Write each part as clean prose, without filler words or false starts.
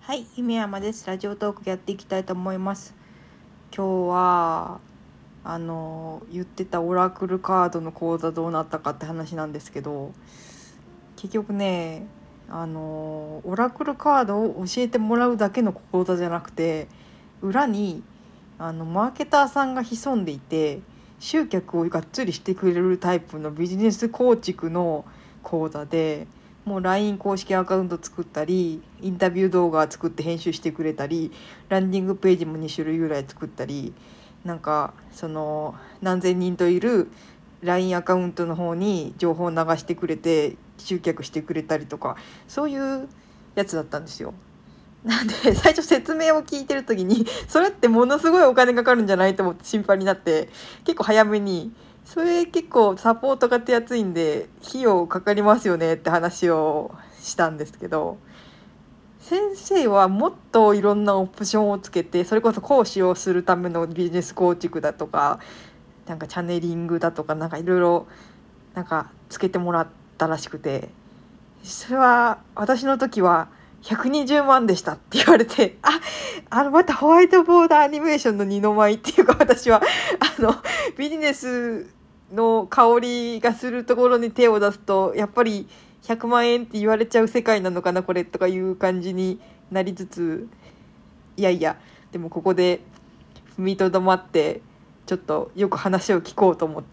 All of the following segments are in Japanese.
はい、姫山です。ラジオトークやっていきたいと思います。今日は言ってたオラクルカードの講座どうなったかって話なんですけど、結局ね、オラクルカードを教えてもらうだけの講座じゃなくて、裏にマーケターさんが潜んでいて、集客をがっつりしてくれるタイプのビジネス構築の講座で、もう LINE 公式アカウント作ったり、インタビュー動画作って編集してくれたり、ランディングページも2種類ぐらい作ったり、なんかその何千人といる LINE アカウントの方に情報を流してくれて集客してくれたりとか、そういうやつだったんですよ。なんで最初説明を聞いてる時にそれってものすごいお金かかるんじゃないと思って心配になって、結構早めにそれ結構サポートが手厚いんで費用かかりますよねって話をしたんですけど、先生はもっといろんなオプションをつけて、それこそ講師をするためのビジネス構築だとか、なんかチャネリングだとか、なんかいろいろなんかつけてもらったらしくて、それは私の時は120万でしたって言われて、またホワイトボードアニメーションの二の舞っていうか、私はビジネスの香りがするところに手を出すとやっぱり100万円って言われちゃう世界なのかなこれとかいう感じになりつつ、いやいやでもここで踏みとどまってちょっとよく話を聞こうと思って、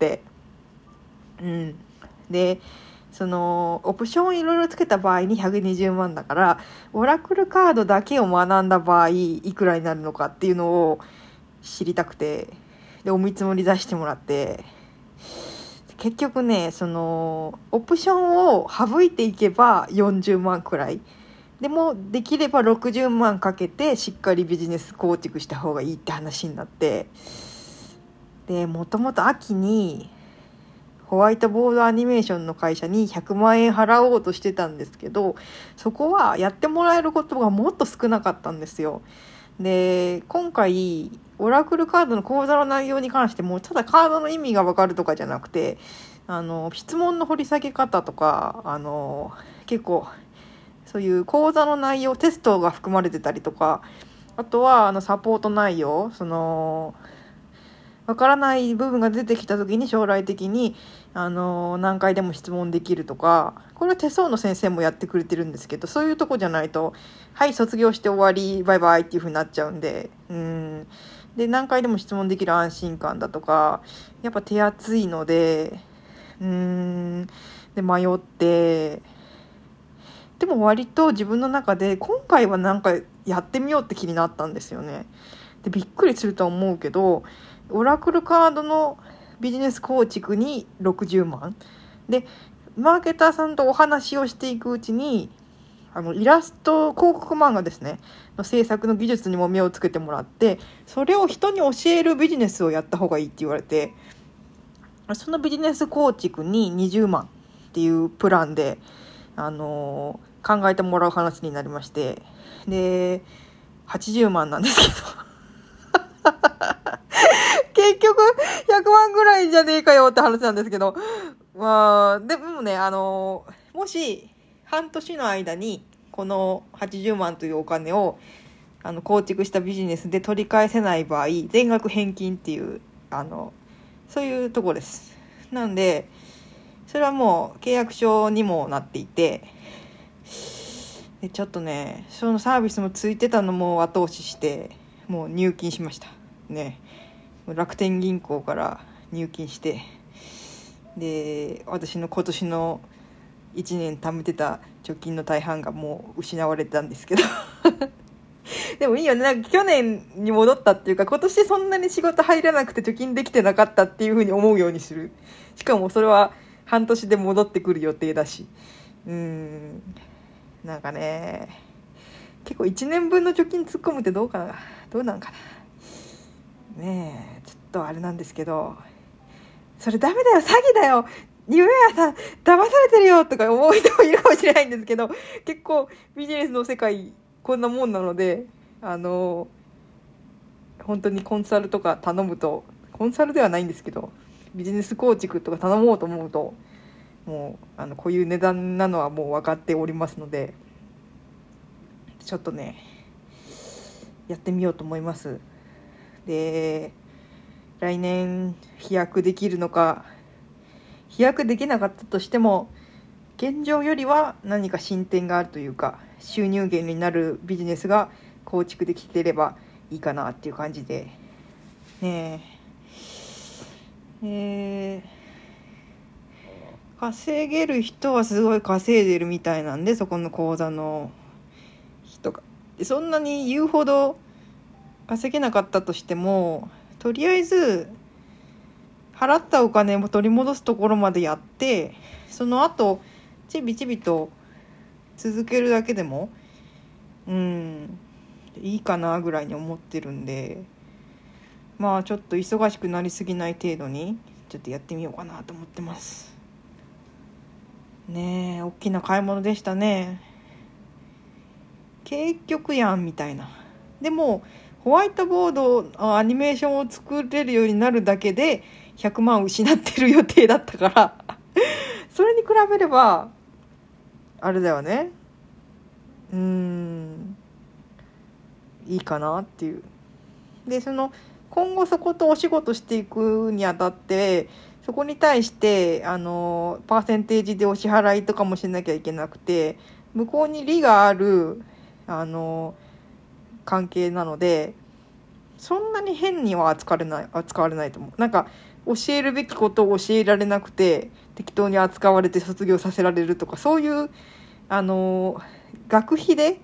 でそのオプションをいろいろつけた場合に120万だから、オラクルカードだけを学んだ場合いくらになるのかっていうのを知りたくて、でお見積もり出してもらって、結局ね、そのオプションを省いていけば40万くらいでも、できれば60万かけてしっかりビジネス構築した方がいいって話になって、でもともと秋にホワイトボードアニメーションの会社に100万円払おうとしてたんですけど、そこはやってもらえることがもっと少なかったんですよ。で今回オラクルカードの講座の内容に関しても、ただカードの意味が分かるとかじゃなくて、質問の掘り下げ方とか、結構そういう講座の内容、テストが含まれてたりとか、あとはサポート内容、わからない部分が出てきた時に将来的に何回でも質問できるとか、これは手相の先生もやってくれてるんですけど、そういうとこじゃないとはい卒業して終わりバイバイっていう風になっちゃうんで、で何回でも質問できる安心感だとかやっぱ手厚いので、で迷って、でも割と自分の中で今回はなんかやってみようって気になったんですよね。でびっくりするとは思うけど、オラクルカードのビジネス構築に60万で、マーケターさんとお話をしていくうちにイラスト広告漫画ですねの制作の技術にも目をつけてもらって、それを人に教えるビジネスをやった方がいいって言われて、そのビジネス構築に20万っていうプランで考えてもらう話になりまして、で80万なんですけど結局100万ぐらいじゃねえかよって話なんですけど、でもね、もし半年の間にこの80万というお金を構築したビジネスで取り返せない場合、全額返金っていうそういうところです。なんでそれはもう契約書にもなっていて、でちょっとね、そのサービスもついてたのも後押ししてもう入金しましたね。楽天銀行から入金して、で私の今年の1年貯めてた貯金の大半がもう失われたんですけどでもいいよね、なんか去年に戻ったっていうか、今年そんなに仕事入らなくて貯金できてなかったっていう風に思うようにする。しかもそれは半年で戻ってくる予定だし、なんかね、結構1年分の貯金突っ込むってどうなんかなねえ、ちょっとあれなんですけど、それダメだよ、詐欺だよ、夢はさ騙されてるよとか思う人もいるかもしれないんですけど、結構ビジネスの世界こんなもんなので、本当にコンサルとか頼むと、コンサルではないんですけどビジネス構築とか頼もうと思うと、もうこういう値段なのはもう分かっておりますので、ちょっとねやってみようと思います。で、来年飛躍できるのか、飛躍できなかったとしても現状よりは何か進展があるというか、収入源になるビジネスが構築できていればいいかなっていう感じでね。稼げる人はすごい稼いでるみたいなんで、そこの口座の人がそんなに言うほど稼げなかったとしても、とりあえず払ったお金も取り戻すところまでやって、その後ちびちびと続けるだけでもいいかなぐらいに思ってるんで、まあちょっと忙しくなりすぎない程度にちょっとやってみようかなと思ってますね。大きな買い物でしたね。結局やんみたいな。でもホワイトボードアニメーションを作れるようになるだけで100万失ってる予定だったからそれに比べればあれだよね、いいかなっていう。で、今後そことお仕事していくにあたって、そこに対してパーセンテージでお支払いとかもしなきゃいけなくて、向こうに利がある関係なので、そんなに変には扱われないと思う。なんか教えるべきことを教えられなくて適当に扱われて卒業させられるとか、そういう学費で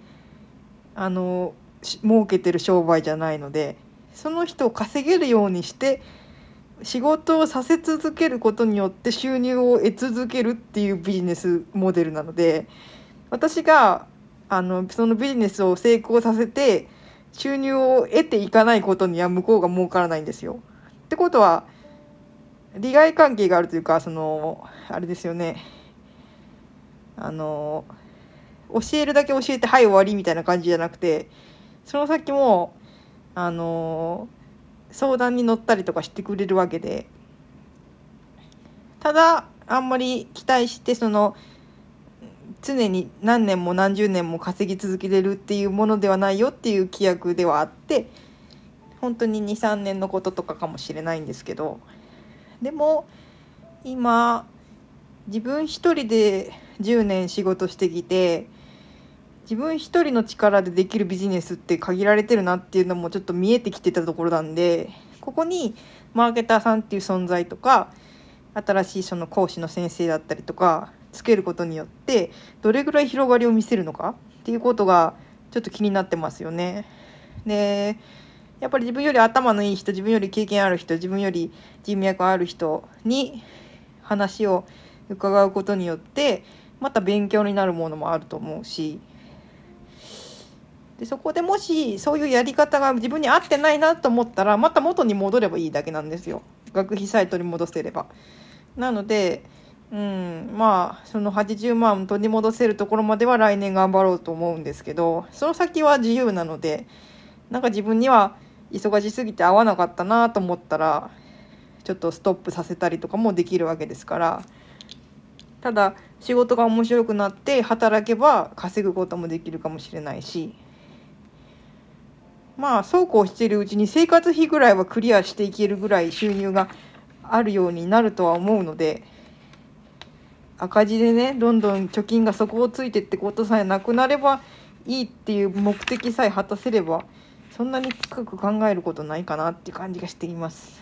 儲けてる商売じゃないので、その人を稼げるようにして仕事をさせ続けることによって収入を得続けるっていうビジネスモデルなので、私がそのビジネスを成功させて収入を得ていかないことには向こうが儲からないんですよ。ってことは利害関係があるというか、あれですよね、教えるだけ教えてはい終わりみたいな感じじゃなくて、その先も相談に乗ったりとかしてくれるわけで、ただあんまり期待して常に何年も何十年も稼ぎ続けれるっていうものではないよっていう規約ではあって、本当に 2,3 年のこととかかもしれないんですけど、でも今自分一人で10年仕事してきて、自分一人の力でできるビジネスって限られてるなっていうのもちょっと見えてきてたところなんで、ここにマーケターさんっていう存在とか、新しいその講師の先生だったりとかつけることによってどれぐらい広がりを見せるのかっていうことがちょっと気になってますよね。で、やっぱり自分より頭のいい人、自分より経験ある人、自分より人脈ある人に話を伺うことによってまた勉強になるものもあると思うし、でそこでもしそういうやり方が自分に合ってないなと思ったらまた元に戻ればいいだけなんですよ。学費さえ取り戻せれば。なのでまあその80万取り戻せるところまでは来年頑張ろうと思うんですけど、その先は自由なので、なんか自分には忙しすぎて合わなかったなと思ったらちょっとストップさせたりとかもできるわけですから、ただ仕事が面白くなって働けば稼ぐこともできるかもしれないし、まあそうこうしているうちに生活費ぐらいはクリアしていけるぐらい収入があるようになるとは思うので、赤字でねどんどん貯金が底をついてってことさえなくなればいいっていう目的さえ果たせれば、そんなに深く考えることないかなっていう感じがしています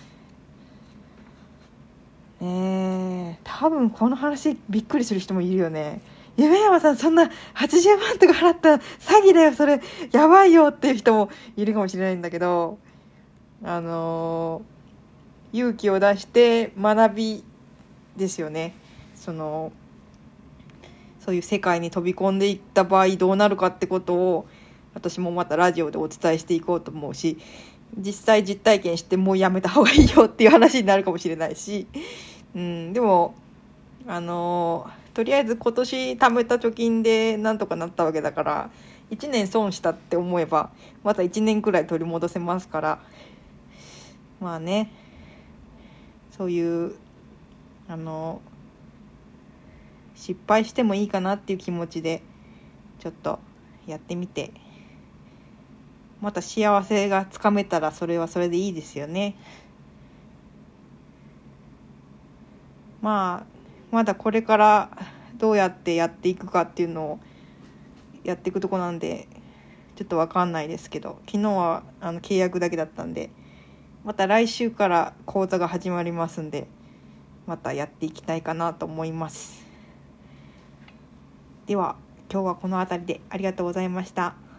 多分この話びっくりする人もいるよね。夢山さんそんな80万とか払った詐欺だよそれやばいよっていう人もいるかもしれないんだけど、勇気を出して学びですよね。そういう世界に飛び込んでいった場合どうなるかってことを私もまたラジオでお伝えしていこうと思うし、実際実体験してもうやめた方がいいよっていう話になるかもしれないし、でもとりあえず今年貯めた貯金でなんとかなったわけだから、1年損したって思えばまた1年くらい取り戻せますから、まあね、そういう失敗してもいいかなっていう気持ちでちょっとやってみてまた幸せがつかめたらそれはそれでいいですよね。まだこれからどうやってやっていくかっていうのをやっていくとこなんでちょっと分かんないですけど、昨日は契約だけだったんで、また来週から講座が始まりますんで、またやっていきたいかなと思います。では今日はこの辺りでありがとうございました。